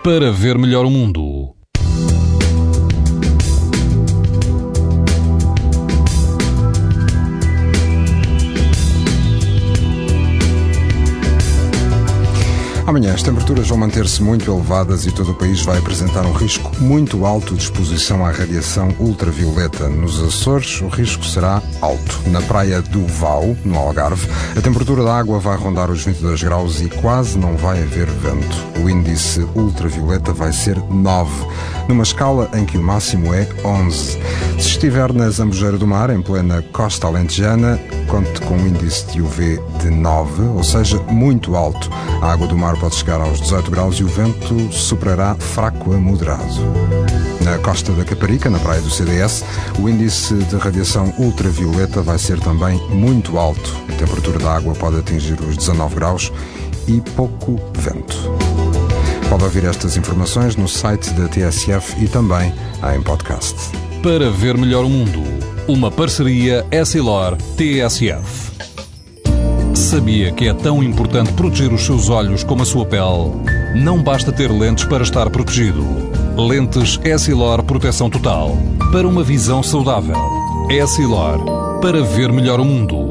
para ver melhor o mundo. Amanhã as temperaturas vão manter-se muito elevadas e todo o país vai apresentar um risco muito alto de exposição à radiação ultravioleta. Nos Açores, o risco será alto. Na praia do Vau, no Algarve, a temperatura da água vai rondar os 22 graus e quase não vai haver vento. O índice ultravioleta vai ser 9, numa escala em que o máximo é 11. Se estiver na Zambujeira do Mar, em plena costa alentejana, conte com um índice de UV de 9, ou seja, muito alto. A água do mar pode chegar aos 18 graus e o vento superará fraco a moderado. Na costa da Caparica, na praia do CDS, o índice de radiação ultravioleta vai ser também muito alto. A temperatura da água pode atingir os 19 graus e pouco vento. Pode ouvir estas informações no site da TSF e também em podcast. Para ver melhor o mundo, uma parceria Essilor-TSF. Sabia que é tão importante proteger os seus olhos como a sua pele? Não basta ter lentes para estar protegido. Lentes Essilor Proteção Total. Para uma visão saudável. Essilor. Para ver melhor o mundo.